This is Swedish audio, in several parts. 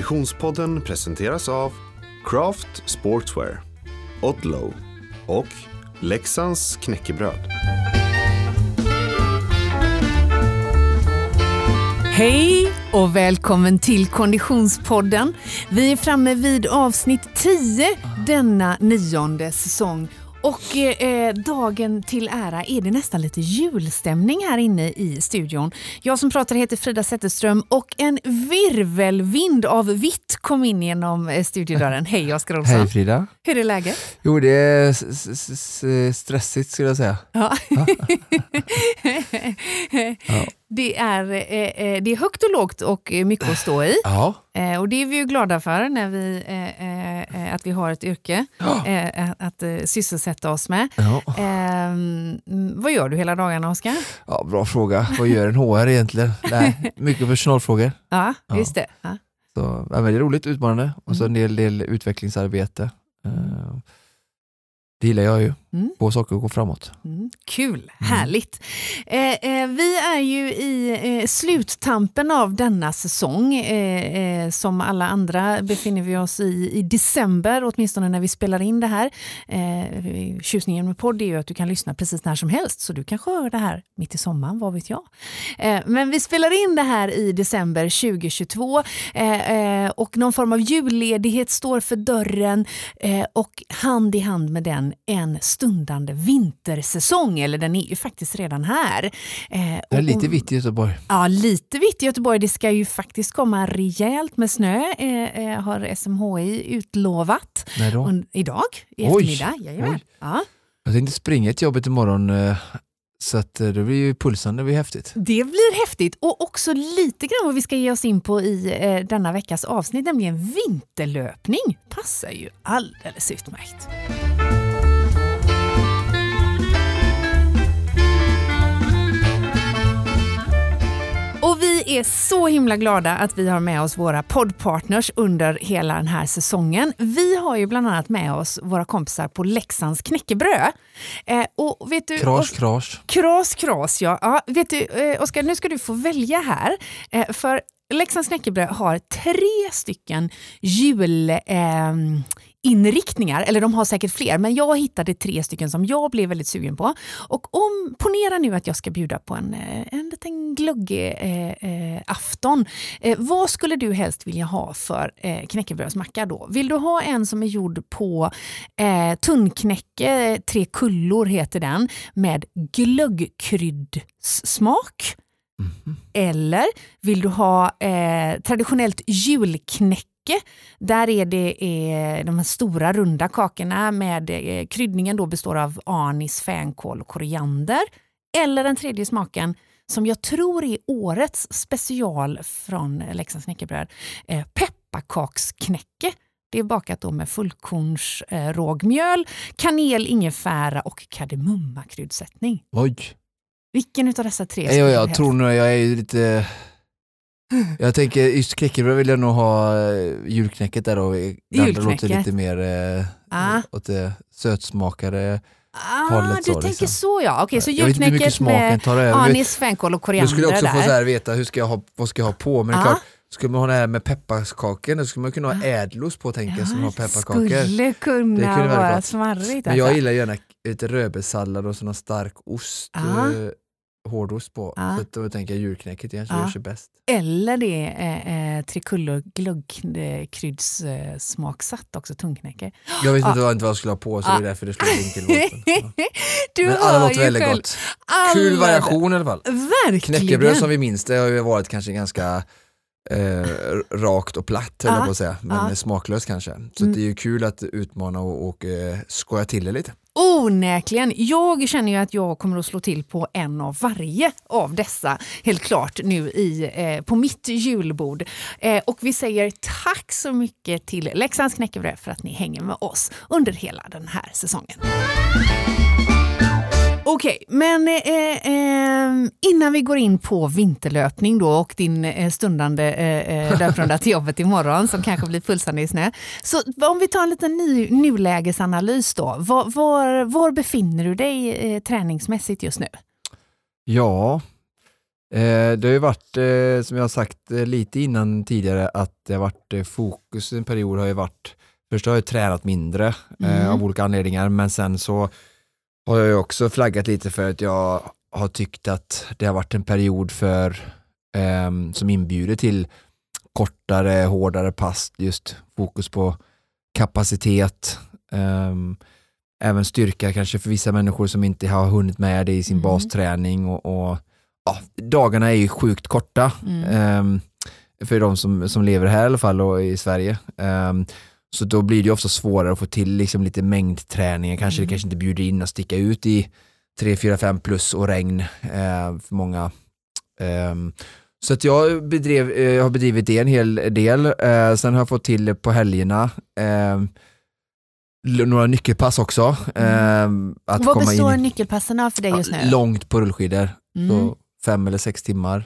Konditionspodden presenteras av Craft Sportswear, Odlo och Leksands knäckebröd. Hej och välkommen till Konditionspodden. Vi är framme vid avsnitt 10 denna 9:e säsong. Och dagen till ära är det nästan lite julstämning här inne i studion. Jag som pratar heter Frida Zetterström och en virvelvind av vitt kom in genom studiodörren. Hej Oskar Olsson. Hej Frida. Hur är läget? Jo, det är stressigt skulle jag säga. Ja. Ja. Det är högt och lågt och mycket att stå i. Ja. Och det är vi ju glada för när vi, att vi har ett yrke att sysselsätta oss med. Ja. Vad gör du hela dagarna, Oskar? Ja, bra fråga. Vad gör en HR egentligen? Nej, mycket personalfrågor. Ja, just det. Ja. Så, ja, men det är roligt, utmanande. Och så en del utvecklingsarbete. Det gillar jag ju. Få saker att gå framåt. Kul, härligt. Vi är ju i sluttampen av denna säsong. Som alla andra befinner vi oss i december, åtminstone när vi spelar in det här. Tjusningen med podd är ju att du kan lyssna precis när som helst, så du kanske hör det här mitt i sommaren, vad vet jag. Men vi spelar in det här i december 2022 och någon form av julledighet står för dörren och hand i hand med den en stundande vintersäsong, eller den är ju faktiskt redan här. Det är lite vitt i Göteborg. Ja, lite vitt i Göteborg. Det ska ju faktiskt komma rejält med snö, har SMHI utlovat. När då? Idag, i eftermiddag. Jajamän. Ja. Jag tänkte springa till jobbet imorgon, så att det blir ju pulsande, det blir häftigt. Det blir häftigt, och också lite grann vad vi ska ge oss in på i denna veckas avsnitt, nämligen vinterlöpning. Passar ju alldeles utmärkt. Och vi är så himla glada att vi har med oss våra poddpartners under hela den här säsongen. Vi har ju bland annat med oss våra kompisar på Leksands knäckebröd. Och vet du, Kras, ja. Vet du, Oskar, nu ska du få välja här. För Leksands knäckebröd har 3 stycken inriktningar, eller de har säkert fler, men jag hittade 3 stycken som jag blev väldigt sugen på. Och ponera nu att jag ska bjuda på en liten glöggig afton. Vad skulle du helst vilja ha för knäckebrödsmacka då? Vill du ha en som är gjord på tunnknäcke, 3 kullor heter den, med glöggkryddsmak? Eller vill du ha traditionellt julknäcke? Där är det de här stora runda kakorna med kryddningen då består av anis, fänkål och koriander. Eller den tredje smaken som jag tror är årets special från Leksands knäckebröd, pepparkaksknäcke. Det är bakat då med fullkorns rågmjöl, kanel, ingefära och kardemummakryddsättning. Oj! Vilken utav dessa 3? Jag tror nog jag är ju lite... Jag tänker, just knäckebröd vill jag nog ha julknäcket där då. Det låter lite mer åt det sötsmakare hållet. Du tänker så, ja. Okej, så julknäcket med anis, fänkål och koriander. Du skulle också få så här veta vad ska jag ha på. Men klart, skulle man ha det här med pepparkakor, då skulle man kunna ha ädlost på, tänka, som har pepparkakor. Skulle kunna vara smarrigt. Men jag gillar gärna lite rödbetssallad och sån stark ost. Hårdost på. Så då tänker jag julknäcket egentligen gör sig bäst. Eller det trikullor glöggkryddssmaksatt också, tungknäcke. Jag vet inte vad jag skulle ha på, så det är därför det slår in till låten. Men alla låter väldigt gott. Kul variation i alla fall. Verkligen. Knäckebröd som vi minns, det har ju varit kanske ganska rakt och platt, höll jag på att säga. Men smaklöst kanske. Så det är ju kul att utmana och skoja till det lite. Onäkligen. Jag känner ju att jag kommer att slå till på en av varje av dessa, helt klart, nu på mitt julbord. Och vi säger tack så mycket till Leksands knäckebröd för att ni hänger med oss under hela den här säsongen. Okej, men innan vi går in på vinterlöpning då och din stundande löprunda till jobbet imorgon som kanske blir pulsande i snö. Så om vi tar en liten nulägesanalys då. Var befinner du dig träningsmässigt just nu? Ja, Det har ju varit, som jag har sagt lite innan tidigare, att det har varit fokus en period har ju varit, först har jag tränat mindre av olika anledningar, men sen så har jag ju också flaggat lite för att jag har tyckt att det har varit en period som inbjuder till kortare, hårdare pass, just fokus på kapacitet, även styrka kanske för vissa människor som inte har hunnit med det i sin basträning och dagarna är ju sjukt korta för de som lever här i alla fall och i Sverige. Så då blir det ju ofta svårare att få till liksom lite mängdträning. Det kanske inte bjuder in att sticka ut i 3, 4, 5 plus och regn för många. Så att jag har bedrivit det en hel del. Sen har jag fått till på helgerna några nyckelpass också. Vad består nyckelpassen av för dig just nu? Långt på rullskidor. Så 5 eller 6 timmar.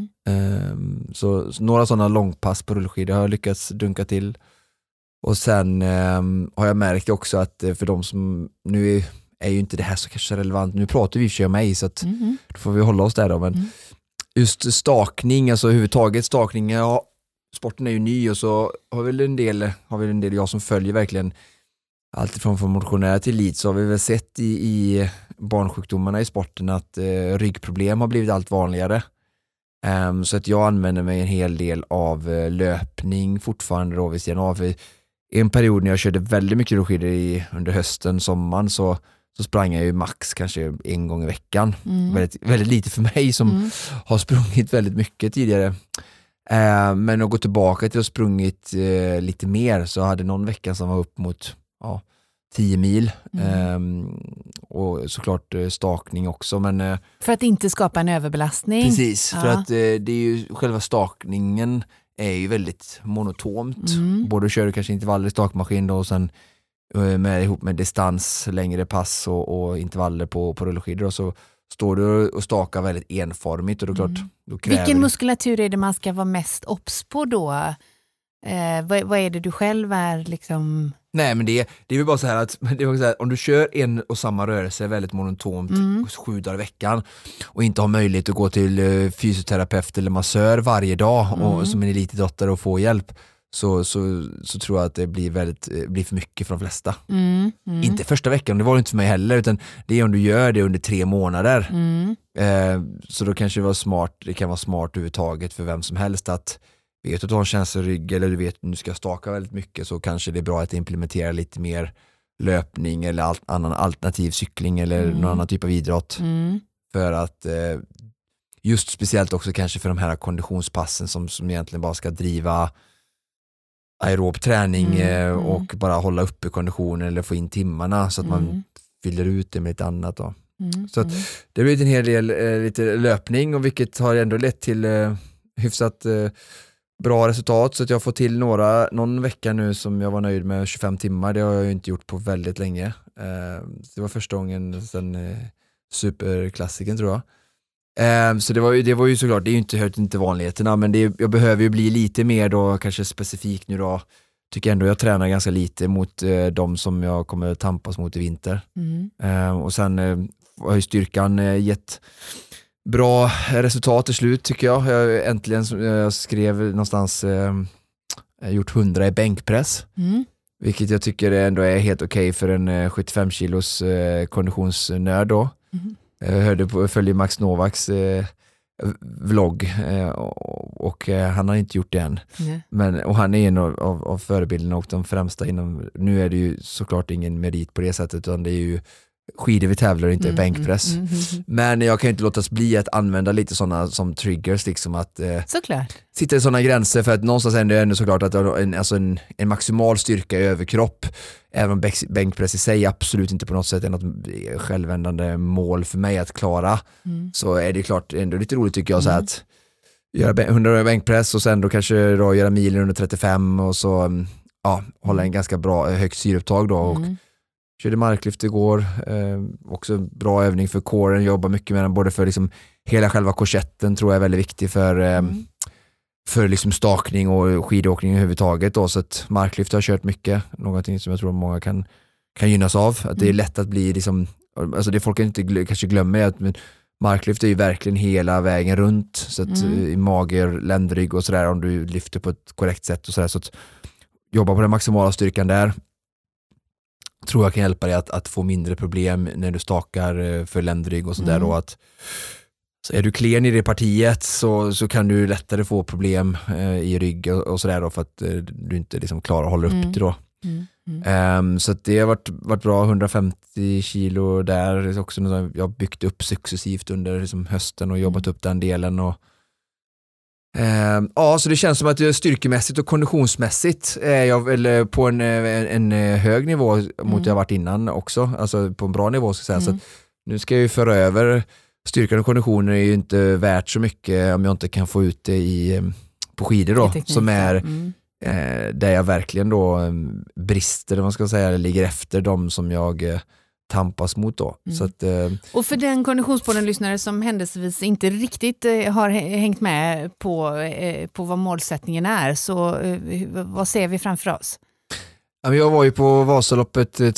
Så några sådana långpass på rullskidor har jag lyckats dunka till. Och sen har jag märkt också att för de som nu är ju inte det här så kanske relevant. Nu pratar vi i och för sig om mig, så att då får vi hålla oss där då. Men just stakning, alltså överhuvudtaget stakning, sporten är ju ny, och så har väl en del jag som följer verkligen allt från motionär till elit, så har vi väl sett i barnsjukdomarna i sporten att ryggproblem har blivit allt vanligare. Så att jag använder mig en hel del av löpning fortfarande då vid sidan av. I en period när jag körde väldigt mycket rullskidor under hösten, sommaren, så sprang jag ju max kanske en gång i veckan. Väldigt, väldigt lite för mig som har sprungit väldigt mycket tidigare. Men att gå tillbaka till att sprungit lite mer, så hade någon vecka som var upp mot 10 mil. Och såklart stakning också. Men, för att inte skapa en överbelastning. Precis, för att det är ju själva stakningen är ju väldigt monotont. Både kör du kanske intervaller i stakmaskin då, och sen ihop med distans, längre pass och intervaller på rullskidor, och så står du och stakar väldigt enformigt, och då klart då kräver... Vilken muskulatur är det man ska vara mest obs på då? Vad är det du själv är liksom? Nej, men det är väl bara så här att om du kör en och samma rörelse väldigt monotont 7 dagar i veckan och inte har möjlighet att gå till fysioterapeut eller massör varje dag och som en elitidrottare och få hjälp, så tror jag att det blir för mycket för de flesta. Inte första veckan, det var det inte för mig heller, utan det är om du gör det under 3 månader. Så då kanske det kan vara smart överhuvudtaget för vem som helst att vet att du har en känslig rygg, eller du vet att du ska staka väldigt mycket, så kanske det är bra att implementera lite mer löpning eller annan alternativ cykling eller någon annan typ av idrott. För att just speciellt också kanske för de här konditionspassen som egentligen bara ska driva aerob träning och bara hålla uppe konditionen eller få in timmarna så att man fyller ut det med ett annat då. Så att det blir en hel del lite löpning, och vilket har ändå lett till hyfsat bra resultat, så att jag får till någon vecka nu som jag var nöjd med 25 timmar. Det har jag ju inte gjort på väldigt länge. Det var första gången sedan superklassiken, tror jag. Så det var ju såklart, det är ju inte vanligheterna, men jag behöver ju bli lite mer då, kanske specifikt nu då. Tycker ändå jag tränar ganska lite mot de som jag kommer tampas mot i vinter. Och sen har ju styrkan gett bra resultat till slut, tycker jag. Jag skrev någonstans gjort 100 i bänkpress. Vilket jag tycker ändå är helt okej för en 75 kilos konditionsnörd då. Jag följer Max Novaks vlogg och han har inte gjort det än. Och han är en av förebilderna och de främsta inom. Nu är det ju såklart ingen merit på det sättet, utan det är ju skidor vi tävlar och inte bänkpress. Men jag kan inte låtas bli att använda lite sådana som triggers, liksom att sitta i sådana gränser, för att någonstans är det ändå såklart att en maximal styrka i överkropp, även om bänkpress i sig absolut inte på något sätt är något självändande mål för mig att klara, så är det klart ändå lite roligt, tycker jag, så att göra 100 bänkpress och sen då kanske då göra milen under 35 och så hålla en ganska bra högt syreupptag då, och körde marklyft igår, också bra övning för coren, jobbar mycket med den, både för liksom hela själva korsetten, tror jag är väldigt viktig för liksom stakning och skidåkning överhuvudtaget då, så att marklyft har jag kört mycket, någonting som jag tror många kan gynnas av, att det är lätt att bli liksom, alltså det folk inte kanske glömmer är att marklyft är ju verkligen hela vägen runt, så att i mager, ländrygg och sådär, om du lyfter på ett korrekt sätt och sådär, så att jobba på den maximala styrkan där tror jag kan hjälpa dig att få mindre problem när du stakar för ländrygg och sådär, och att så är du klen i det partiet så kan du lättare få problem i rygg och sådär då, för att du inte liksom klarar att hålla upp det då. Så att det har varit bra. 150 kilo där är också något jag har byggt upp successivt under liksom hösten och jobbat upp den delen. Och så det känns som att jag styrkemässigt och konditionsmässigt är jag väl på en hög nivå mot jag varit innan också, alltså på en bra nivå ska jag säga. Så att nu ska jag ju föra över styrkan och konditionen, är ju inte värt så mycket om jag inte kan få ut det på skidor då, som är där jag verkligen då brister, man ska säga, ligger efter de som jag tampas mot då. Så att, och för den konditionspodden-lyssnare som händelsevis inte riktigt har hängt med på vad målsättningen är, så vad ser vi framför oss? Jag var ju på Vasaloppet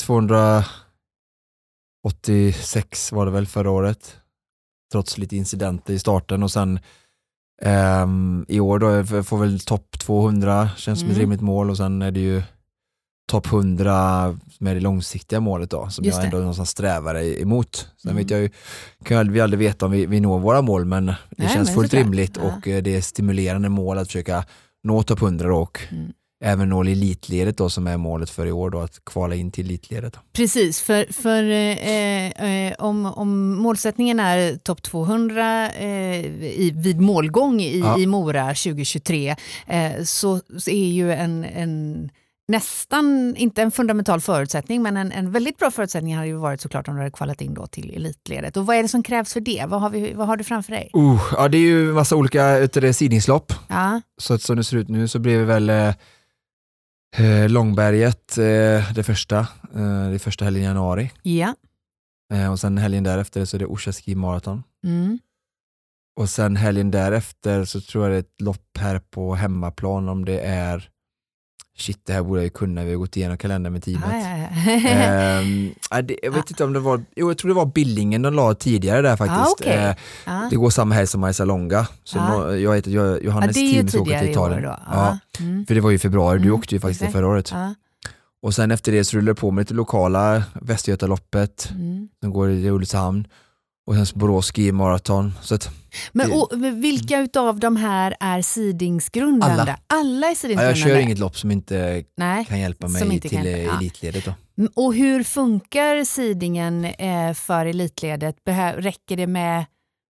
286 var det väl förra året, trots lite incidenter i starten, och sen i år då får väl topp 200 känns som ett rimligt mål, och sen är det ju topp 100 som är det långsiktiga målet då, som jag ändå någonstans strävar emot. Sen vet jag ju, kan vi aldrig veta om vi når våra mål, men det känns fullt rimligt och det är stimulerande mål att försöka nå topp 100 då, och även nå elitledet då, som är målet för i år då, att kvala in till elitledet. Precis, för om målsättningen är topp 200 vid målgång i Mora 2023, så är ju en nästan, inte en fundamental förutsättning, men en väldigt bra förutsättning hade ju varit såklart om du hade kvalat in då till elitledet. Och vad är det som krävs för det? Vad har du framför dig? Ja, det är ju en massa olika sidningslopp. Ja. Så att som det ser ut nu så blir det väl Långberget det första helgen i januari. Ja. Och sen helgen därefter så är det Orsa Ski Marathon. Och sen helgen därefter så tror jag det är ett lopp här på hemmaplan, om det är det här borde jag ju kunna, vi har gått igenom kalendern med teamet. Jag vet inte om det var, jag tror det var Billingen de la tidigare där faktiskt. Okay. Det går samma helg som Marcialonga. Så jag heter Johannes team som åker till Italien. För det var ju i februari, du åkte ju faktiskt förra året. Och sen efter det så rullar det på med lite lokala Västergötaloppet som går i Ulricehamn. Och sen Borås Ski Marathon. Så att vilka utav de här är sidingsgrundande? Alla är sidingsgrundande. Jag kör inget lopp som inte kan hjälpa mig till elitledet då. Och hur funkar sidingen för elitledet? Räcker det med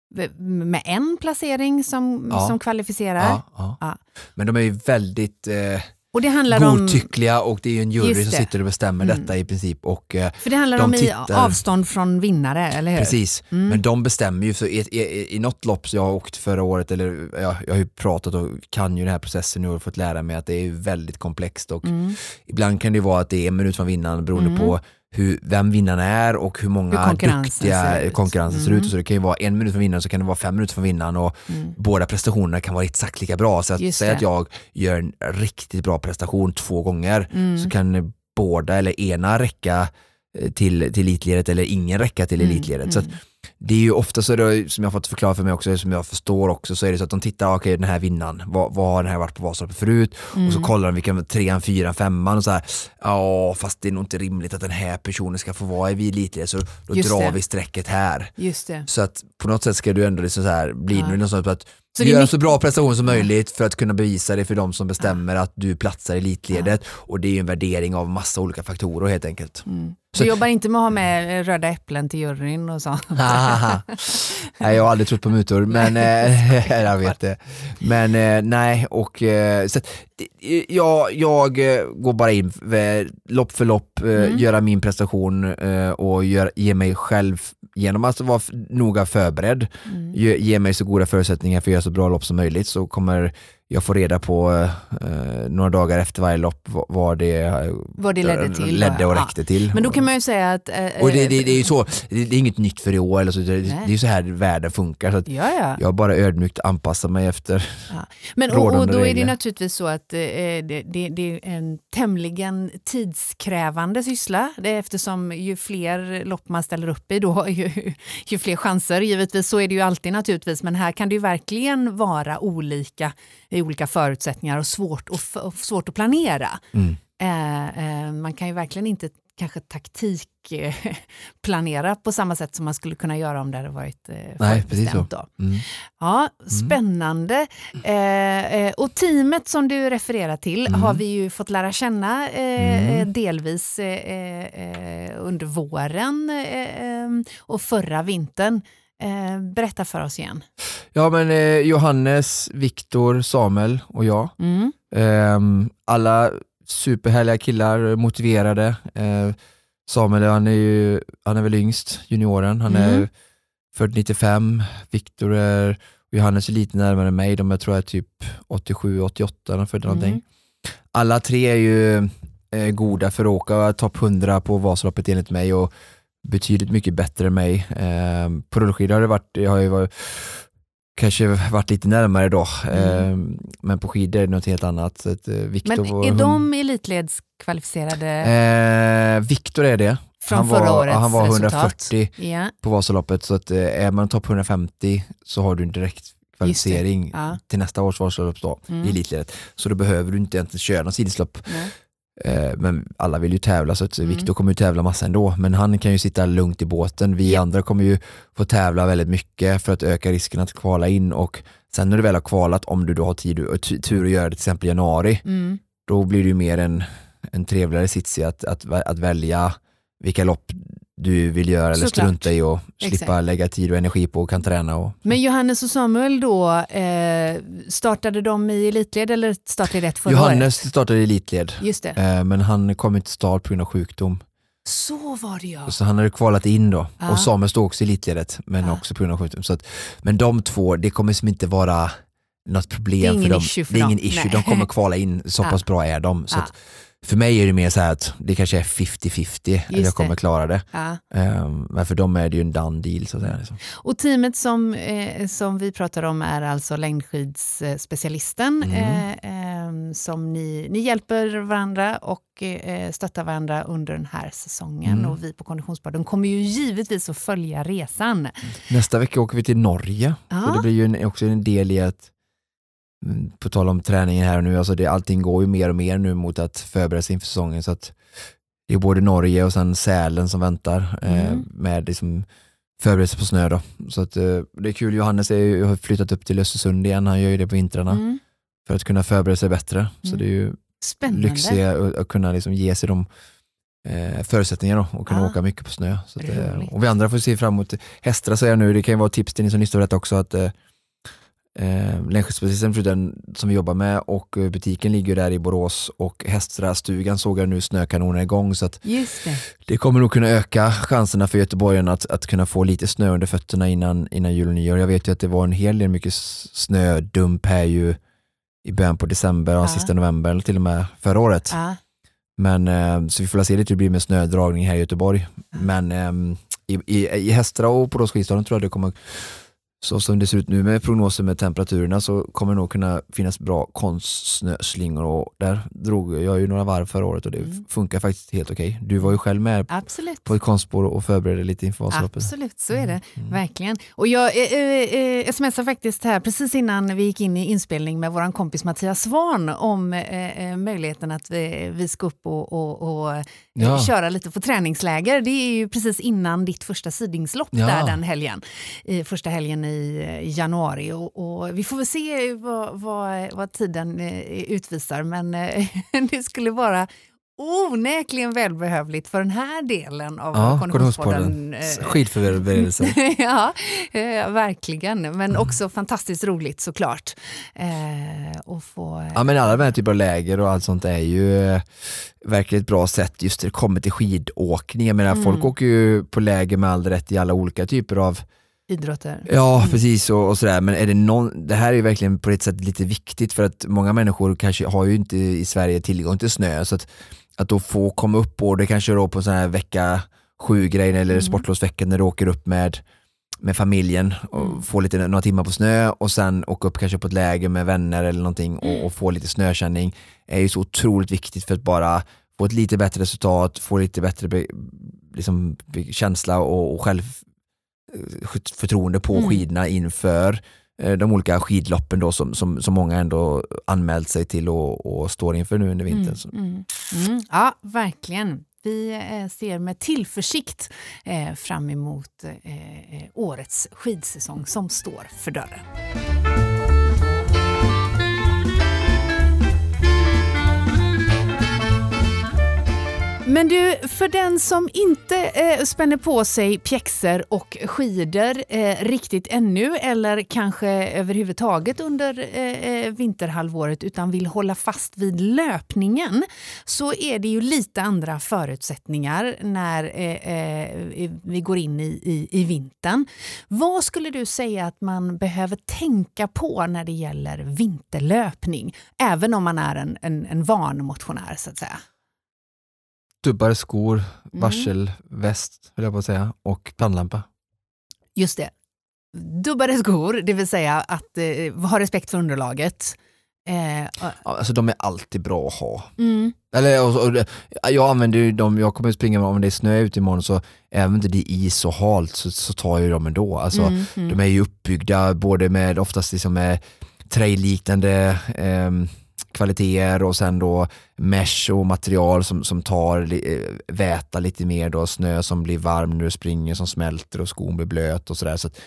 en placering som kvalificerar? Ja. Men de är ju väldigt och det handlar godtyckliga, och det är ju en jury som sitter och bestämmer detta i princip. Och, för det handlar om avstånd från vinnare, eller hur? Precis, men de bestämmer ju. Så i något lopp som jag har åkt förra året, eller jag har ju pratat och kan ju den här processen nu och fått lära mig att det är väldigt komplext. Och ibland kan det vara att det är en minut från vinnaren beroende på vem vinnaren är och hur många duktiga konkurrensen ser ut. Så det kan ju vara 1 minut från vinnaren, så kan det vara 5 minuter från vinnaren, och båda prestationerna kan vara exakt lika bra. Så att säga att jag gör en riktigt bra prestation 2 gånger, så kan båda eller ena räcka till elitledet eller ingen räcka till elitledet. Så att det är ju ofta så det, som jag har fått förklara för mig också, som jag förstår också, så är det så att de tittar, okej, den här vinnaren, vad har den här varit på Vasaloppet förut? Och så kollar de vilka 3, 4, 5 och så här, fast det är nog inte rimligt att den här personen ska få vara i elitledet, så då drar vi strecket här. Just det. Så att på något sätt ska du ändå liksom så här, bli något sånt att göra så bra prestation som möjligt för att kunna bevisa det för de som bestämmer att du platsar i elitledet, och det är ju en värdering av massa olika faktorer helt enkelt. Du jobbar inte med att ha med röda äpplen till juryn och så? Nej, jag har aldrig trott på mutor, men jag vet det. Men nej, och så jag går bara in lopp för lopp, göra min prestation och ge mig själv, genom att vara noga förberedd, ge mig så goda förutsättningar för att göra så bra lopp som möjligt, så kommer jag får reda på några dagar efter varje lopp vad det ledde och räckte till. Men då kan man ju säga att... och det är ju så, det är inget nytt för i år. Eller så, det är ju så här världen funkar. Så att jag bara ödmjukt anpassar mig efter Men och då regler. Är det naturligtvis så att det är en tämligen tidskrävande syssla. Det är eftersom ju fler lopp man ställer upp i, då har ju fler chanser. Givetvis så är det ju alltid naturligtvis. Men här kan det ju verkligen vara olika förutsättningar och svårt att planera. Man kan ju verkligen inte kanske taktik planera på samma sätt som man skulle kunna göra om det hade varit förutbestämt då. Ja, spännande. Och teamet som du refererar till har vi ju fått lära känna delvis under våren och förra vintern. Berätta för oss igen. Ja, men Johannes, Viktor, Samuel och jag. Alla superhärliga killar, motiverade. Samuel, han är väl yngst, junioren. Han är född 95. Viktor och Johannes är lite närmare mig. De tror jag är typ 87-88 de födde någonting. Alla tre är ju goda för att åka topp 100 på Vasaloppet enligt mig och betydligt mycket bättre än mig. På rullskidor har ju kanske varit lite närmare då. Men på skidor är det något helt annat. Så att, Victor men är de elitledskvalificerade? Viktor är det. Från förra årets han var resultat. 140 på Vasaloppet. Så att är man topp 150 så har du en direkt kvalificering till nästa års Vasalopp då, i elitledet. Så då behöver du inte egentligen köra någon sidislopp. Men alla vill ju tävla, så att Viktor kommer ju tävla massa ändå, men han kan ju sitta lugnt i båten. Vi andra kommer ju få tävla väldigt mycket för att öka risken att kvala in, och sen när du väl har kvalat, om du då har tid och tur att göra det till exempel i januari, då blir det ju mer en trevligare sits i att välja vilka lopp du vill göra eller strunta i och slippa lägga tid och energi på och kan träna. Men Johannes och Samuel då, startade de i elitled eller startade rätt förra Johannes året? Startade i elitled. Just det. Men han kom inte till start på grund av sjukdom. Så var det Så han hade kvalat in då. Och Samuel stod också i elitledet, men också på grund av sjukdom. Så att, men de två, det kommer som inte vara något problem för dem. Det är ingen issue. De kommer kvala in, så pass bra är de. Så att, för mig är det mer så här att det kanske är 50-50 att jag kommer klara det. Men för dem är det ju en done deal så att säga. Liksom. Och teamet som vi pratar om är alltså längdskidsspecialisten som ni hjälper varandra och stöttar varandra under den här säsongen. Och vi på Konditionspodden kommer ju givetvis att följa resan. Nästa vecka åker vi till Norge. Och det blir ju också en del i att, på tal om träningen här och nu, alltså allting går ju mer och mer nu mot att förbereda sig inför säsongen, så att det är både Norge och sen Sälen som väntar med liksom förberedelse på snö då. Så att det är kul. Johannes har flyttat upp till Östersund igen, han gör ju det på vintrarna för att kunna förbereda sig bättre. Så det är ju lyxigt att kunna liksom ge sig de förutsättningar då, och kunna åka mycket på snö. Så att, och vi andra får se fram emot Hästra, säger jag nu. Det kan ju vara tips till ni som lyssnar på detta också, att längdskidspecialisten som vi jobbar med och butiken ligger där i Borås, och Hästra-stugan sågar nu snökanoner igång, så att det kommer nog kunna öka chanserna för göteborgarna att kunna få lite snö under fötterna innan jul och nyår. Jag vet ju att det var en hel del mycket snödump här ju i början på december och sista november, eller till och med förra året. Men så vi får se lite hur det blir med snödragning här i Göteborg. Men i Hästra och på Roskildsstaden tror jag det kommer, så som det ser ut nu med prognoser med temperaturerna, så kommer det nog kunna finnas bra konstsnöslingor, och där drog jag ju några varv förra året och det funkar faktiskt helt okej. Du var ju själv med på ett konstspår och förberedde lite inför Vasaloppet. Absolut, så är det. Verkligen. Och jag smsade faktiskt här precis innan vi gick in i inspelning med våran kompis Mattias Svan om möjligheten att vi ska upp och köra lite på träningsläger. Det är ju precis innan ditt första sidningslopp där den helgen. Första helgen i januari, och vi får väl se vad tiden utvisar, men det skulle vara onäkligen välbehövligt för den här delen av Konditionspodden. Skidförberedelse. Ja, verkligen. Men också fantastiskt roligt såklart. Ja, men alla de här typer av läger och allt sånt är ju verkligen ett bra sätt just när det kommer till skidåkning. Jag menar, folk åker ju på läger med all rätt i alla olika typer av idrotter. Ja, precis och sådär. Men är det det här är ju verkligen på ett sätt lite viktigt för att många människor kanske har ju inte i Sverige tillgång till snö, så att då få komma upp och det kanske då på sån här vecka 7-grejen eller sportlovsveckan när du åker upp med familjen och få några timmar på snö och sen åka upp kanske på ett läger med vänner eller någonting och få lite snökänning är ju så otroligt viktigt för att bara få ett lite bättre resultat, få lite bättre liksom känsla och självförtroende på skidorna inför de olika skidloppen då som många ändå anmält sig till och står inför nu under vintern. Ja, verkligen. Vi ser med tillförsikt fram emot årets skidsäsong som står för dörren. Men du, för den som inte spänner på sig pjäxor och skidor riktigt ännu eller kanske överhuvudtaget under vinterhalvåret utan vill hålla fast vid löpningen, så är det ju lite andra förutsättningar när vi går in i vintern. Vad skulle du säga att man behöver tänka på när det gäller vinterlöpning, även om man är en van motionär så att säga? Dubbare skor, varselväst vill jag bara säga, och pannlampa. Just det. Dubbare skor, det vill säga att ha respekt för underlaget. Alltså de är alltid bra att ha. Eller, jag använder ju dem, jag kommer att springa om det är snö ute imorgon, så även om det är is och halt så tar jag ju dem ändå. Alltså, de är ju uppbyggda både med oftast liksom med trailliknande kvaliteter och sen då mesh och material som tar väta lite mer då, snö som blir varm när du springer som smälter och skon blir blöt och sådär, så att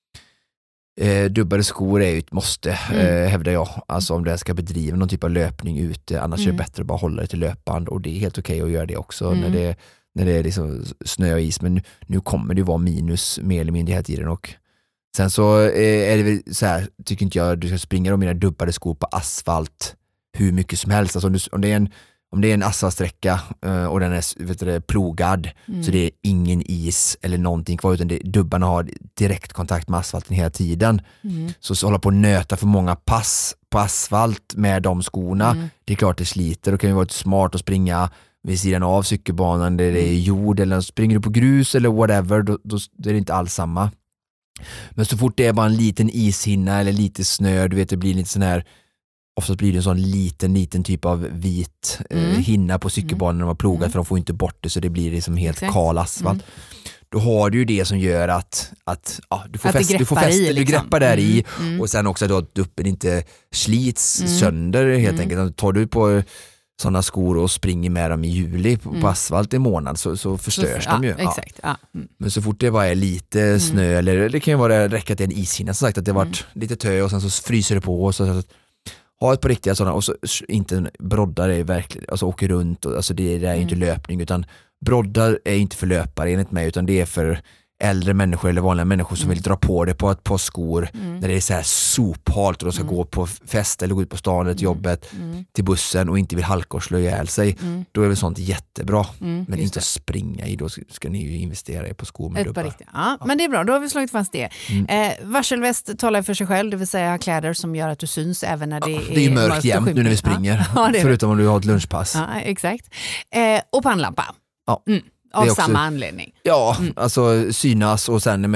dubbare skor är ju ett måste, hävdar jag, alltså om det ska bedriva någon typ av löpning ute, annars är det bättre att bara hålla det till löpband, och det är helt okej att göra det också när det är liksom snö och is, men nu kommer det vara minus mer eller mindre hela tiden. Och sen så är det väl så här, tycker inte jag du ska springa om mina dubbade skor på asfalt hur mycket som helst. Alltså om det är en asfaltsträcka och den är plogad, så det är ingen is eller någonting kvar, utan dubbarna har direkt kontakt med asfalten hela tiden. Så hålla på att nöta för många pass på asfalt med de skorna, det är klart det sliter. Då kan det vara smart att springa vid sidan av cykelbanan där det är jord, eller springer du på grus eller whatever, då är det inte alls samma. Men så fort det är bara en liten ishinna eller lite snö, du vet, det blir lite sån här, oftast blir det en sån liten typ av vit hinna på cykelbanan när man plogat, för de får inte bort det, så det blir liksom helt kal asfalt. Då har du ju det som gör att du får fäste, liksom. Du greppar där i, och sen också då att duppen inte slits sönder helt enkelt. Tar du på sådana skor och springer med dem i juli på asfalt i månad så förstörs de ju. Exakt. Ja. Men så fort det bara är lite snö, eller det kan ju vara räcka till en ishinna, som sagt att det har varit lite tö och sen så fryser det på, och så ha ett på riktiga sådana, och så inte broddar är verkligen, alltså åker runt och, alltså det är ju inte löpning, utan broddar är inte för löpare enligt mig, utan det är för äldre människor eller vanliga människor som vill dra på det på ett par skor när det är så här sophalt och de ska gå på fest eller gå ut på stan eller till jobbet till bussen och inte vill halka och slå ihjäl sig. Då är det sånt jättebra, men inte att springa i, då ska ni ju investera på skor med dubbar. Ja, men det är bra, då har vi slagit fast det. Varselväst talar för sig själv, det vill säga kläder som gör att du syns även när det är mörkt jämt nu när vi springer, förutom om du har ett lunchpass. Ja, exakt. Och pannlampa. Ja. Av samma anledning. Ja, alltså synas, och sen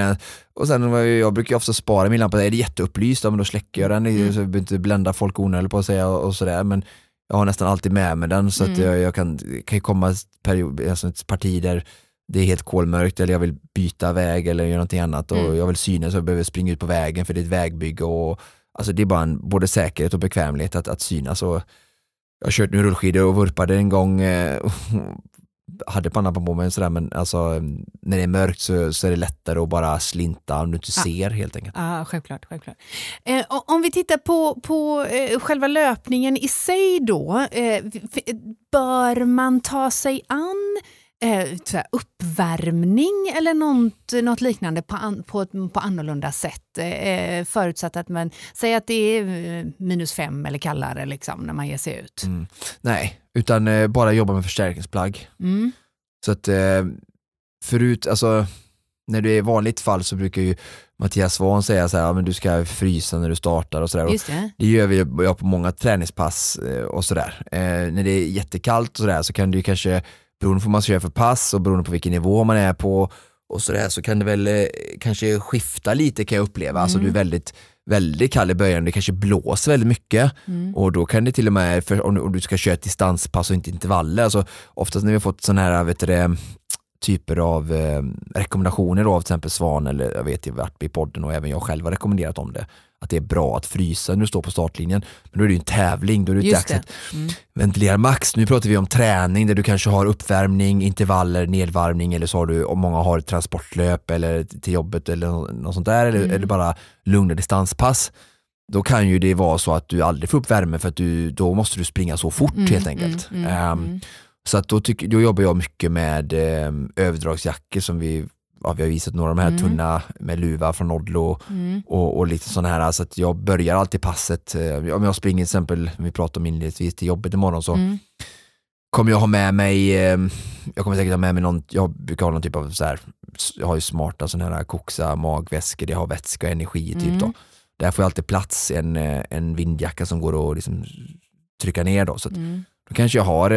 jag brukar ofta spara min lampa. Är det jätteupplyst, men då släcker jag den så jag behöver inte blända folk onödigt på att säga och sådär, men jag har nästan alltid med mig den, så att jag kan ju komma ett parti där det är helt kolmörkt, eller jag vill byta väg eller göra någonting annat och jag vill synas, så jag behöver springa ut på vägen för det är ett vägbygge, och alltså det är bara både säkerhet och bekvämlighet att synas. Och jag har kört nu rullskidor och vurpade en gång, hade pannan på mig sådär, men alltså när det är mörkt så är det lättare att bara slinta om du inte ser helt enkelt. Ja, självklart. Om vi tittar på själva löpningen i sig då, bör man ta sig an uppvärmning eller något liknande på annorlunda sätt, förutsatt att man säger att det är -5 eller kallare liksom, när man ger sig ut? Nej, utan bara jobba med förstärkningsplagg. Så att förut, alltså när det är vanligt fall så brukar ju Mattias Svahn säga så här, men du ska frysa när du startar och sådär. Just det. Det gör vi på många träningspass och sådär. När det är jättekallt och sådär så kan du kanske, beroende på vad man ska göra för pass och beroende på vilken nivå man är på och sådär, så kan det väl kanske skifta lite, kan jag uppleva. Alltså du är väldigt, väldigt kall i början, det kanske blåser väldigt mycket och då kan det till och med, om du ska köra ett distanspass och inte intervaller, alltså oftast när vi har fått sådana här typer av rekommendationer då, av till exempel Svan, eller jag vet ju vart i podden och även jag själv har rekommenderat om det, att det är bra att frysa när du står på startlinjen, men då är det ju en tävling, då är det inte dags att ventilera max. Nu pratar vi om träning där du kanske har uppvärmning, intervaller, nedvarvning, eller så har du, om många har ett transportlöp eller till jobbet eller något sånt där, eller bara lugna distanspass. Då kan ju det vara så att du aldrig får upp värme för att då måste du springa så fort helt enkelt. Så att då jobbar jag mycket med överdragsjackor som vi har visat några av de här tunna med luva från Odlo och lite sådana här, så att jag börjar alltid passet, om jag springer till exempel, vi pratar om inledningsvis till jobbet imorgon, så kommer jag ha med mig, jag kommer säkert ha med mig någon, jag brukar ha någon typ av så här, jag har ju smarta sådana här koxa magväskor, det har vätska och energi typ då. Där får jag alltid plats en vindjacka som går att liksom trycka ner då, så att då kanske jag har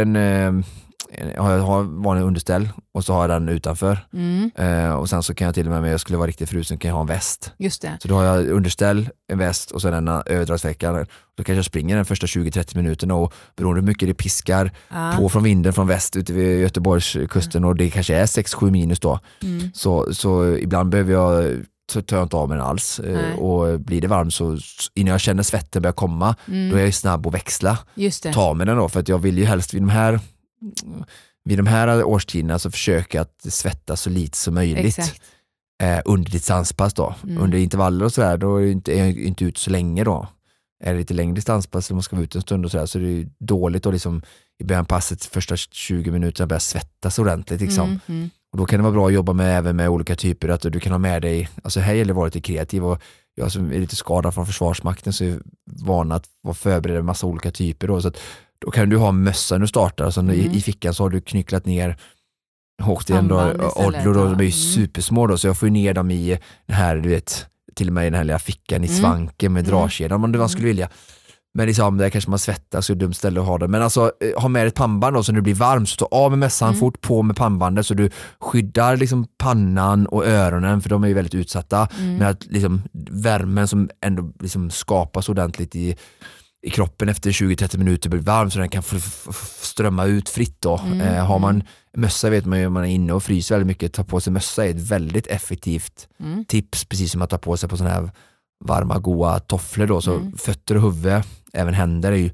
jag har vanlig underställ och så har jag den utanför. Och sen så kan jag till och med, om jag skulle vara riktigt frusen, kan jag ha en väst. Just det. Så då har jag underställ, en väst och så den överdragsveckan. Då kanske jag springer den första 20-30 minuterna och beroende hur mycket det piskar på från vinden från väst ute vid Göteborgskusten och det kanske är 6-7 minus då. Så ibland behöver jag, så tar jag inte av mig den alls. Och blir det varmt så innan jag känner svetten börjar komma, då är jag snabb att växla. Just det. Ta med den då, för att jag vill ju helst vid de här årstiderna så försöka att svettas så lite som möjligt. Under distanspass då. Under intervaller och sådär, då är jag inte ute så länge då. Är det lite längre distanspass så man ska vara ute en stund och sådär, så det är dåligt att liksom i början passet första 20 minuterna börja svettas ordentligt liksom. Och då kan det vara bra att jobba även med olika typer, att du kan ha med dig, alltså här gäller det att vara lite kreativ, och jag som är lite skadad från Försvarsmakten så är van att vara förberedd med massa olika typer då, så att då kan du ha mössan du startar, alltså i fickan så har du knycklat ner Håkten då, Odlo då, de är ju supersmå då, så jag får ju ner dem i den här, du vet, till och med i den här lilla fickan i svanken med dragkedjan om man skulle vilja. Men liksom, där kanske man svettas, så är det dumt ställe att ha det. Men alltså, ha med ett pannband då, så när det blir varmt så ta av med mössan fort, på med pannbandet, så du skyddar liksom pannan och öronen, för de är ju väldigt utsatta. Men att liksom värmen som ändå liksom skapas ordentligt i kroppen efter 20-30 minuter blir varm, så den kan strömma ut fritt då. Har man mössa, vet man ju, om man är inne och fryser väldigt mycket, ta på sig mössa är ett väldigt effektivt tips, precis som att ta på sig på sådana här varma, goda tofflor då, så fötter och huvud, även händer är ju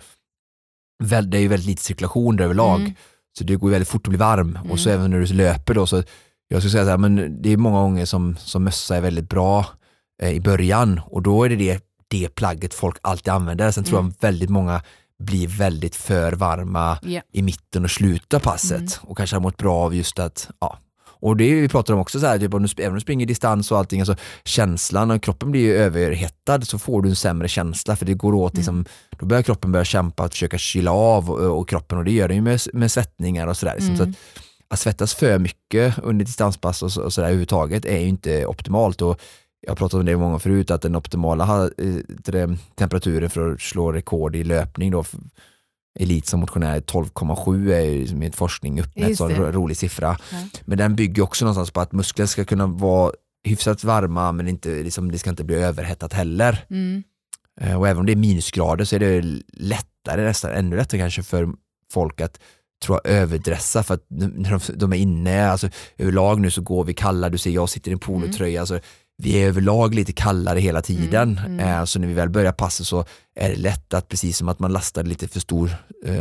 väldigt lite cirkulation där överlag, så det går ju väldigt fort att bli varm, och så även när du löper då, så jag skulle säga så här, men det är många gånger som mössa är väldigt bra i början, och då är det plagget folk alltid använder. Sen tror jag väldigt många blir väldigt för varma i mitten och slutar passet och kanske har mått bra av just att, och det vi pratar om också så här, typ, även om du springer distans och allting, alltså känslan, och kroppen blir ju överhettad, så får du en sämre känsla, för det går åt liksom, då börjar kroppen börja kämpa att försöka kyla av och kroppen, och det gör det ju med svettningar och sådär liksom, så att svettas för mycket under distanspass och sådär överhuvudtaget är ju inte optimalt, och jag har pratat om det många förut, att den optimala temperaturen för att slå rekord i löpning då, elit som motionär 12,7 är ju med forskning uppmätt, så en rolig siffra. Men den bygger också någonstans på att muskler ska kunna vara hyfsat varma, men inte, liksom, det ska inte bli överhettat heller. Och även om det är minusgrader så är det lättare, nästan ännu lättare kanske för folk att överdressa, för att när de är inne, alltså överlag nu så går vi kalla, du ser jag sitter i en polotröja, alltså vi är överlag lite kallare hela tiden. Så när vi väl börjar passa så är det lätt att, precis som att man lastar lite för stor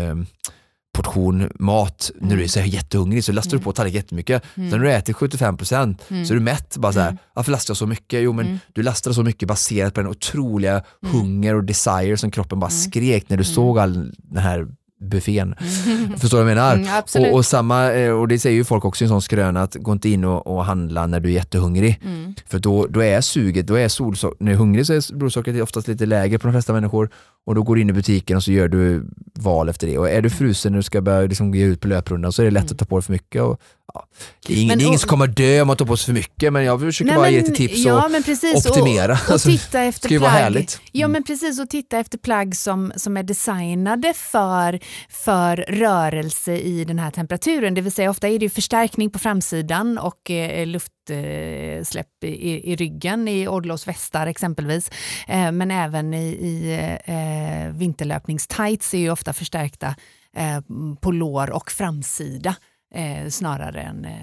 portion mat när du är så här jättehungrig, så lastar du på tallrik jättemycket. Sen när du äter 75% så är du mätt, bara så här, varför lastar jag så mycket? Jo, men du lastar så mycket baserat på den otroliga hunger och desire som kroppen bara skrek när du såg all den här buffén. Förstår du vad jag menar? Och samma, och det säger ju folk också i en sån skröna, att gå inte in och handla när du är jättehungrig. För då är suget, när du är hungrig så är blodsockret oftast lite lägre på de flesta människor, Och då går du in i butiken och så gör du val efter det. Och är du frusen när du ska börja liksom ge ut på löprundan så är det lätt att ta på dig för mycket. Och, det är ingen som kommer dö om att ta på sig för mycket, men jag försöker bara ge lite tips och optimera. Och titta efter plagg. Vara härligt. Ja, men precis, och titta efter plagg som är designade för rörelse i den här temperaturen. Det vill säga ofta är det förstärkning på framsidan och luftsläpp i ryggen i Odlos västar exempelvis. Men även i vinterlöpningstights är ju ofta förstärkta på lår och framsida. Snarare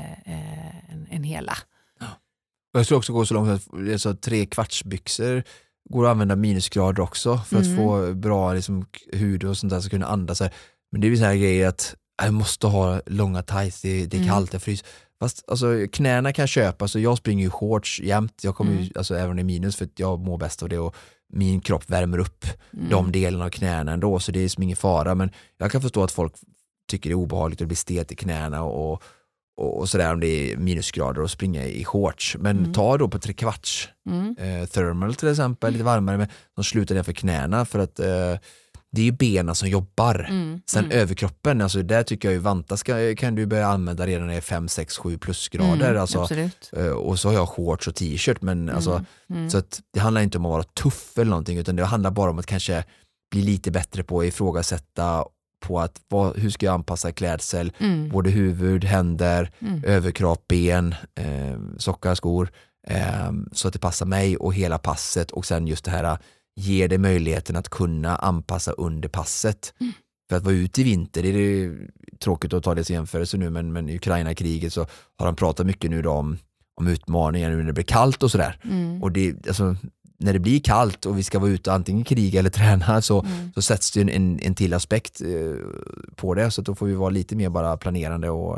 än hela. Ja. Jag skulle också gå så långt att så 3/4 byxor går att använda minusgrader också för att få bra liksom, hud och sånt där så kunna andas. Men det är ju så här grejer att jag måste ha långa tights, det är kallt, jag frys. Fast alltså, knäna kan jag köpa, så jag springer ju shorts jämt. Jag kommer ju, alltså, även i minus för att jag mår bäst av det och min kropp värmer upp de delarna av knäna ändå, så det är som ingen fara. Men jag kan förstå att folk tycker det är obehagligt att bli stet i knäna och sådär om det är minusgrader och springa i shorts. Men ta då på 3/4 thermal till exempel, lite varmare, men de slutar för knäna för att det är ju benen som jobbar. Sen överkroppen, alltså där tycker jag ju vantar kan du börja använda redan när det är 5, 6, 7 plusgrader. Alltså, och så har jag shorts och t-shirt, men alltså, så att det handlar inte om att vara tuff eller någonting, utan det handlar bara om att kanske bli lite bättre på att ifrågasätta på att hur ska jag anpassa klädsel, både huvud, händer, överkropp, ben, sockar, skor, så att det passar mig och hela passet, och sen just det här ger det möjligheten att kunna anpassa under passet. För att vara ute i vinter, det är tråkigt att ta det som jämförelse nu, men i Ukraina-kriget så har han pratat mycket nu då om utmaningar nu när det blir kallt och sådär. Och det, alltså, när det blir kallt och vi ska vara ute antingen kriga eller träna så sätts det en till aspekt på det, så då får vi vara lite mer bara planerande och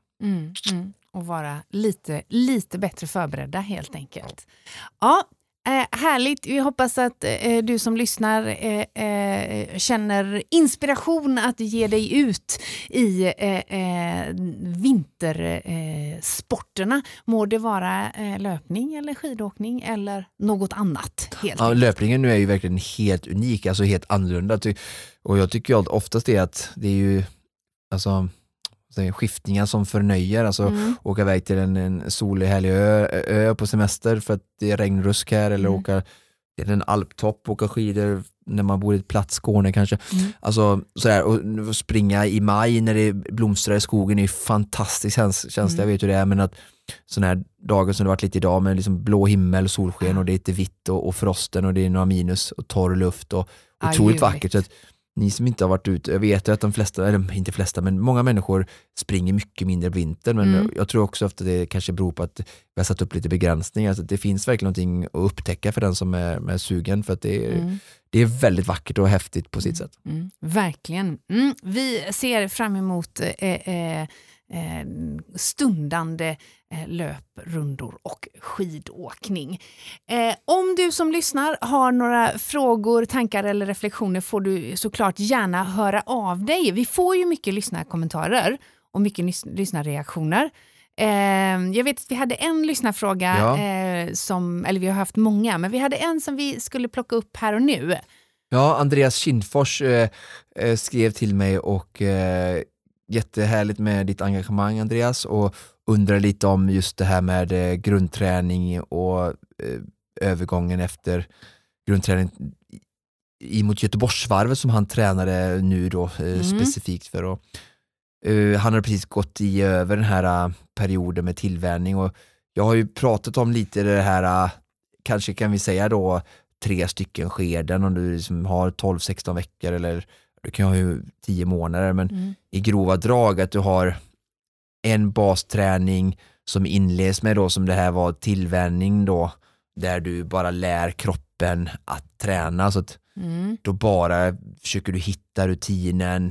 och vara lite bättre förberedda helt enkelt. Ja, härligt. Vi hoppas att du som lyssnar känner inspiration att ge dig ut i vintersporterna. Må det vara löpning eller skidåkning eller något annat. Löpningen nu är ju verkligen helt unik, alltså helt annorlunda. Och jag tycker ju oftast det att det är ju alltså skiftningar som förnöjer, alltså åka iväg till en solig härlig ö på semester för att det är regnrusk här, eller åka till en alptopp, åka skidor när man bor i ett platt Skåne kanske. Alltså sådär, och springa i maj när det blomstrar i skogen är fantastiskt känsla, jag vet hur det är, men att sådana här dagar som det varit lite idag med liksom blå himmel, solsken och det är lite vitt och frosten och det är några minus och torr luft och otroligt vackert, så att ni som inte har varit ute, jag vet att de flesta, eller inte flesta, men många människor springer mycket mindre vintern, men jag tror också att det kanske beror på att vi har satt upp lite begränsningar, så att det finns verkligen någonting att upptäcka för den som är sugen, för att det är väldigt vackert och häftigt på sitt sätt. Verkligen. Vi ser fram emot stundande löprundor och skidåkning. Om du som lyssnar har några frågor, tankar eller reflektioner får du såklart gärna höra av dig. Vi får ju mycket lyssnarkommentarer och mycket lyssnarreaktioner. Jag vet att vi hade en lyssnarfråga eller vi har haft många, men vi hade en som vi skulle plocka upp här och nu. Ja, Andreas Kindfors skrev till mig och jättehärligt med ditt engagemang, Andreas, och undrar lite om just det här med grundträning och övergången efter grundträning mot Göteborgsvarvet som han tränade nu då specifikt för. Och, han har precis gått över den här perioden med tillvänjning, och jag har ju pratat om lite det här, kanske kan vi säga då 3 stycken skeden om du liksom har 12-16 veckor, eller du kan ha ju 10 månader, men i grova drag att du har en basträning som inleds med då, som det här var tillvänjning då, där du bara lär kroppen att träna, så att då bara försöker du hitta rutinen,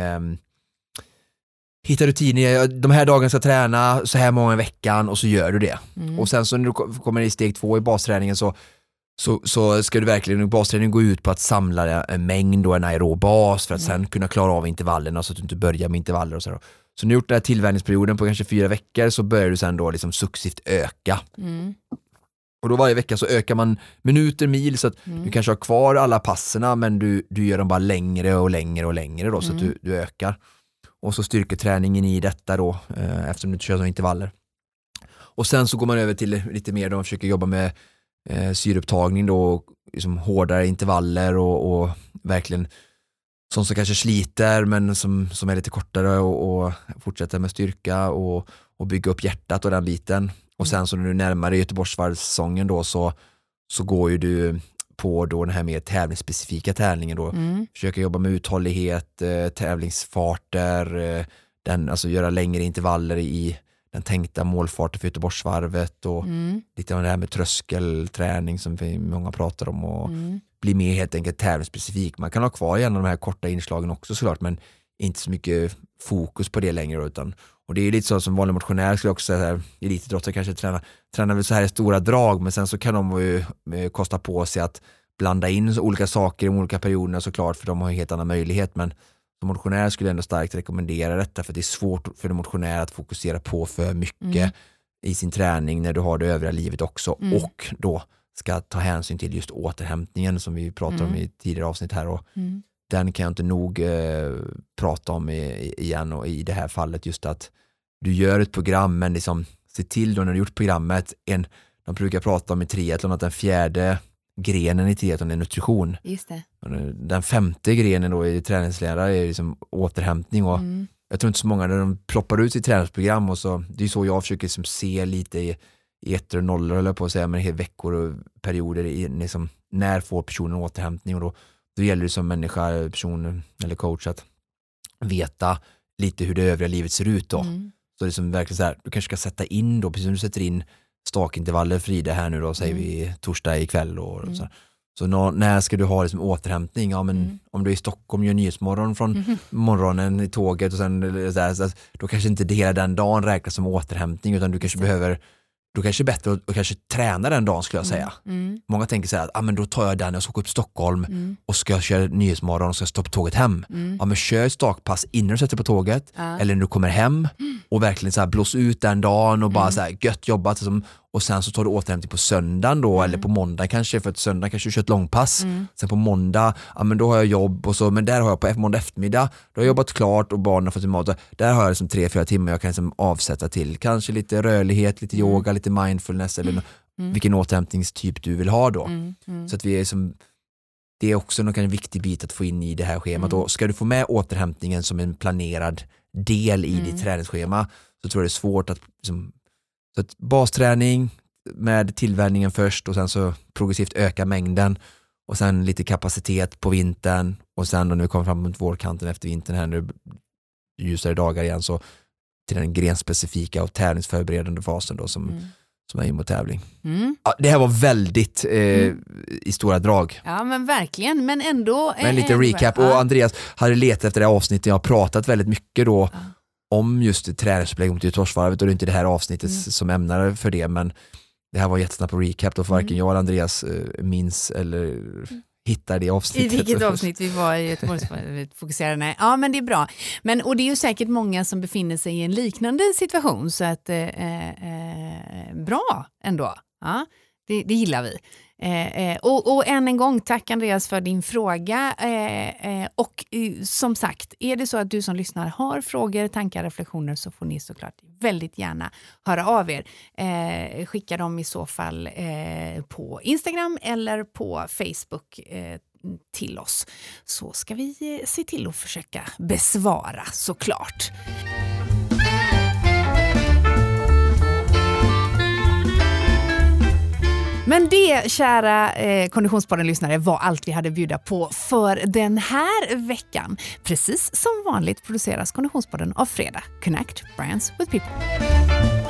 de här dagarna ska träna så här många i veckan, och så gör du det. Och sen så när du kommer i steg 2 i basträningen så ska du verkligen, basträning gå ut på att samla en mängd och en aerob bas för att sen kunna klara av intervallerna, så att du inte börjar med intervaller och så. Så när du gjort den här tillvänjningsperioden på kanske 4 veckor, så börjar du sen då liksom successivt öka. Och då varje vecka så ökar man minuter, mil, så att du kanske har kvar alla passerna, men du gör dem bara längre och längre och längre då, så att du ökar. Och så styrketräningen i detta då, eftersom du inte kör några intervaller. Och sen så går man över till lite mer då, man försöker jobba med syreupptagning då, liksom hårdare intervaller och verkligen sånt som kanske sliter men som är lite kortare, och fortsätta med styrka och bygga upp hjärtat och den biten. Och sen så när du närmar dig Göteborgsvarvssäsongen då, så går ju du på då den här mer tävlingsspecifika tävlingen då. Försöka jobba med uthållighet, tävlingsfarter, alltså göra längre intervaller i den tänkta målfarten för Göteborgsvarvet, och lite av det här med tröskelträning som många pratar om, och bli mer helt enkelt tävlingsspecifik. Man kan ha kvar igen de här korta inslagen också såklart, men inte så mycket fokus på det längre, utan, och det är lite så som vanlig motionär skulle jag också säga, elitidrottare kanske tränar väl så här i stora drag, men sen så kan de ju kosta på sig att blanda in olika saker i olika perioderna såklart, för de har en helt annan möjlighet. Men som motionär skulle jag ändå starkt rekommendera detta, för det är svårt för en motionär att fokusera på för mycket i sin träning när du har det övriga livet också, och då ska ta hänsyn till just återhämtningen som vi pratade om i tidigare avsnitt här, och den kan jag inte nog prata om igen, och i det här fallet just att du gör ett program, men liksom se till då när du gjort programmet, de brukar prata om i triathlon att den 4:e grenen i triathlon är nutrition. Just det. Den 5:e grenen då i träningslära är liksom återhämtning, och jag tror inte så många när de ploppar ut sitt träningsprogram, och så det är så jag försöker liksom se lite i 1 och 0 eller på att säga, men veckor och perioder i liksom, när får personen återhämtning, och då gäller det som människa, person eller coach att veta lite hur det övriga livet ser ut då. Så det är som verkligen så här, du kanske ska sätta in då, precis som du sätter in stakintervaller för det här nu då, säger vi torsdag ikväll och så när ska du ha liksom återhämtning? Ja, men om du är i Stockholm, gör nyhetsmorgon från morgonen i tåget och sen så då kanske inte det hela den dagen räknas som återhämtning, utan du kanske behöver, då kanske är det bättre att kanske träna den dagen, skulle jag säga. Många tänker så här att men då tar jag den och så går upp till Stockholm och ska köra nyhetsmorgon och ska stå på tåget hem. Ja, men kör stakpass innan du sätter på tåget eller när du kommer hem och verkligen så här blås ut den dagen och bara så här gött jobbat liksom. Och sen så tar du återhämtning på söndagen då, eller på måndag kanske, för att söndag kanske du kör ett långpass. Sen på måndag, ja men då har jag jobb och så, men där har jag på måndag eftermiddag, då har jag jobbat klart och barnen har fått sin mat. Där har jag liksom 3-4 timmar jag kan liksom avsätta till kanske lite rörlighet, lite yoga, lite mindfulness eller vilken återhämtningstyp du vill ha då. Så att vi är som, det är också en viktig bit att få in i det här schemat. Och ska du få med återhämtningen som en planerad del i ditt träningsschema, så tror jag det är svårt att liksom, så att basträning med tillvänjningen först, och sen så progressivt öka mängden, och sen lite kapacitet på vintern, och sen då när vi kommer fram mot vårkanten efter vintern här nu, ljusare dagar igen, så till den grenspecifika och tävlingsförberedande fasen då som är in mot tävling. Ja, det här var väldigt i stora drag. Ja, men verkligen, men ändå men lite recap, och Andreas hade letat efter det här avsnittet. Jag har pratat väldigt mycket då om just träningsupplägg mot Göteborgsvarvet, och det är inte det här avsnittet som ämnar för det, men det här var jättesnabbt på recap då, för varken jag eller Andreas minns eller hittar det avsnittet. I vilket avsnitt vi var i Göteborgsvarvet fokuserade. Nej. Ja, men det är bra. Och det är ju säkert många som befinner sig i en liknande situation, så att bra ändå. Ja, det gillar vi. Och än en gång, tack Andreas för din fråga. Och som sagt, är det så att du som lyssnar har frågor, tankar, reflektioner, så får ni såklart väldigt gärna höra av er. Skicka dem i så fall på Instagram eller på Facebook till oss. Så ska vi se till att försöka besvara såklart. Men det, kära Konditionspodden-lyssnare, var allt vi hade att bjuda på för den här veckan. Precis som vanligt produceras Konditionspodden av Fredag. Connect Brands with People.